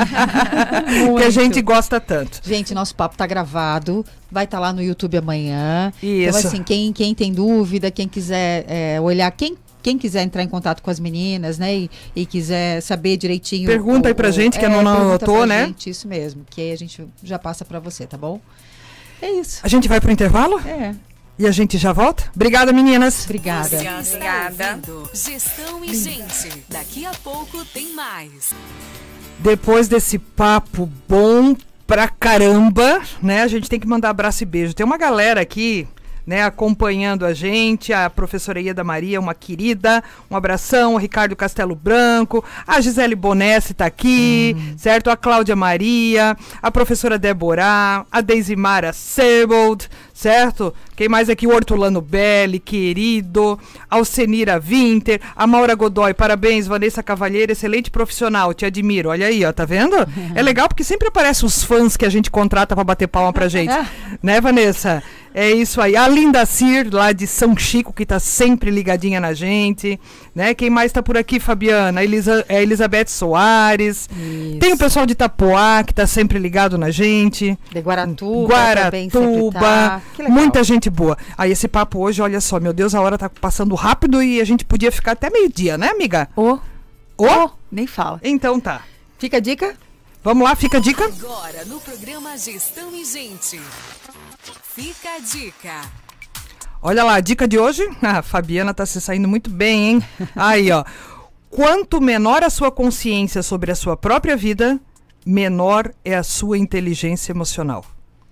Muito. Que a gente gosta tanto. Gente, nosso papo tá gravado, vai estar tá lá no YouTube amanhã. Isso. Então, assim, quem, quem tem dúvida, quem quiser é, olhar, quem... Quem quiser entrar em contato com as meninas, né, e, e quiser saber direitinho... Pergunta o, aí pra o, gente, que é, a não anotou, né? Gente, isso mesmo, que aí a gente já passa pra você, tá bom? É isso. A gente vai pro intervalo? É. E a gente já volta? Obrigada, meninas. Obrigada. Obrigada. Gestão e gente. Daqui a pouco tem mais. Depois desse papo bom pra caramba, né? A gente tem que mandar abraço e beijo. Tem uma galera aqui... né, acompanhando a gente, a professora Ieda Maria, uma querida, um abração, o Ricardo Castelo Branco, a Gisele Bonessi está aqui, hum. certo? A Cláudia Maria, a professora Débora, a Deisimara Sebold, certo? Quem mais aqui? O Hortolano Belli, querido, a Alcenira Winter, a Maura Godoy, parabéns, Vanessa Cavalheiro, excelente profissional, te admiro, olha aí, ó, tá vendo? Uhum. É legal porque sempre aparecem os fãs que a gente contrata para bater palma pra gente, né, Vanessa? É isso aí. A Linda Cir, lá de São Chico, que tá sempre ligadinha na gente, né? Quem mais tá por aqui, Fabiana? A, Elisa, a Elizabeth Soares. Isso. Tem o pessoal de Itapoá, que tá sempre ligado na gente. De Guaratuba. Guaratuba. Tá. Muita gente boa. Aí esse papo hoje, olha só, meu Deus, a hora tá passando rápido e a gente podia ficar até meio-dia, né, amiga? Ô. Ô? Oh, nem fala. Então tá. Fica a dica? Vamos lá, fica a dica. Agora, no programa Gestão e Gente. Fica a dica. Olha lá, a dica de hoje. A Fabiana tá se saindo muito bem, hein? Aí, ó. Quanto menor a sua consciência sobre a sua própria vida, menor é a sua inteligência emocional.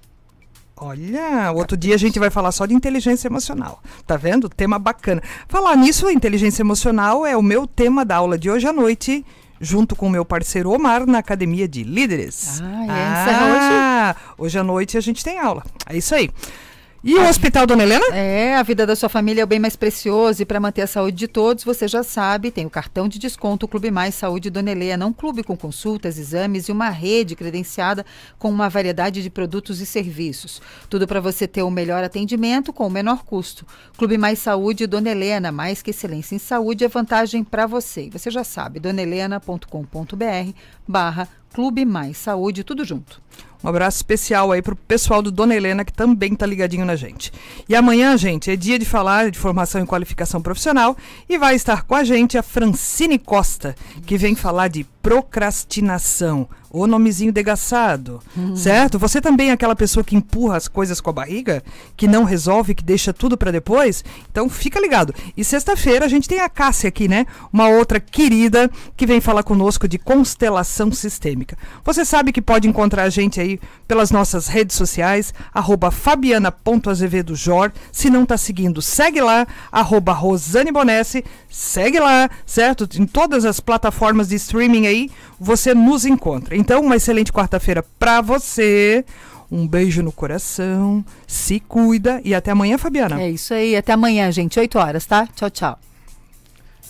Olha, outro dia a gente vai falar só de inteligência emocional. Tá vendo? Tema bacana. Falar nisso, a inteligência emocional é o meu tema da aula de hoje à noite, junto com o meu parceiro Omar, na Academia de Líderes. Ah, é? Ah, hoje? Hoje à noite a gente tem aula. É isso aí. E o Hospital Dona Helena? É, a vida da sua família é o bem mais precioso e para manter a saúde de todos, você já sabe, tem o cartão de desconto Clube Mais Saúde Dona Helena, um clube com consultas, exames e uma rede credenciada com uma variedade de produtos e serviços. Tudo para você ter o melhor atendimento com o menor custo. Clube Mais Saúde Dona Helena, mais que excelência em saúde é vantagem para você. E você já sabe, donahelena ponto com ponto br barra Clube Mais Saúde, tudo junto. Um abraço especial aí pro pessoal do Dona Helena, que também tá ligadinho na gente. E amanhã, gente, é dia de falar de formação e qualificação profissional e vai estar com a gente a Francine Costa, que vem falar de procrastinação, o nomezinho degaçado, hum. certo? Você também é aquela pessoa que empurra as coisas com a barriga, que não resolve, que deixa tudo para depois? Então fica ligado. E sexta-feira a gente tem a Cássia aqui, né? Uma outra querida que vem falar conosco de constelação sistêmica. Você sabe que pode encontrar a gente aí pelas nossas redes sociais, arroba fabiana ponto azevedo jor. Se não tá seguindo, segue lá, arroba Rosane Bonesse, segue lá, certo? Em todas as plataformas de streaming aí, você nos encontra. Então, uma excelente quarta-feira para você. Um beijo no coração. Se cuida e até amanhã, Fabiana. É isso aí. Até amanhã, gente. oito horas, tá? Tchau, tchau.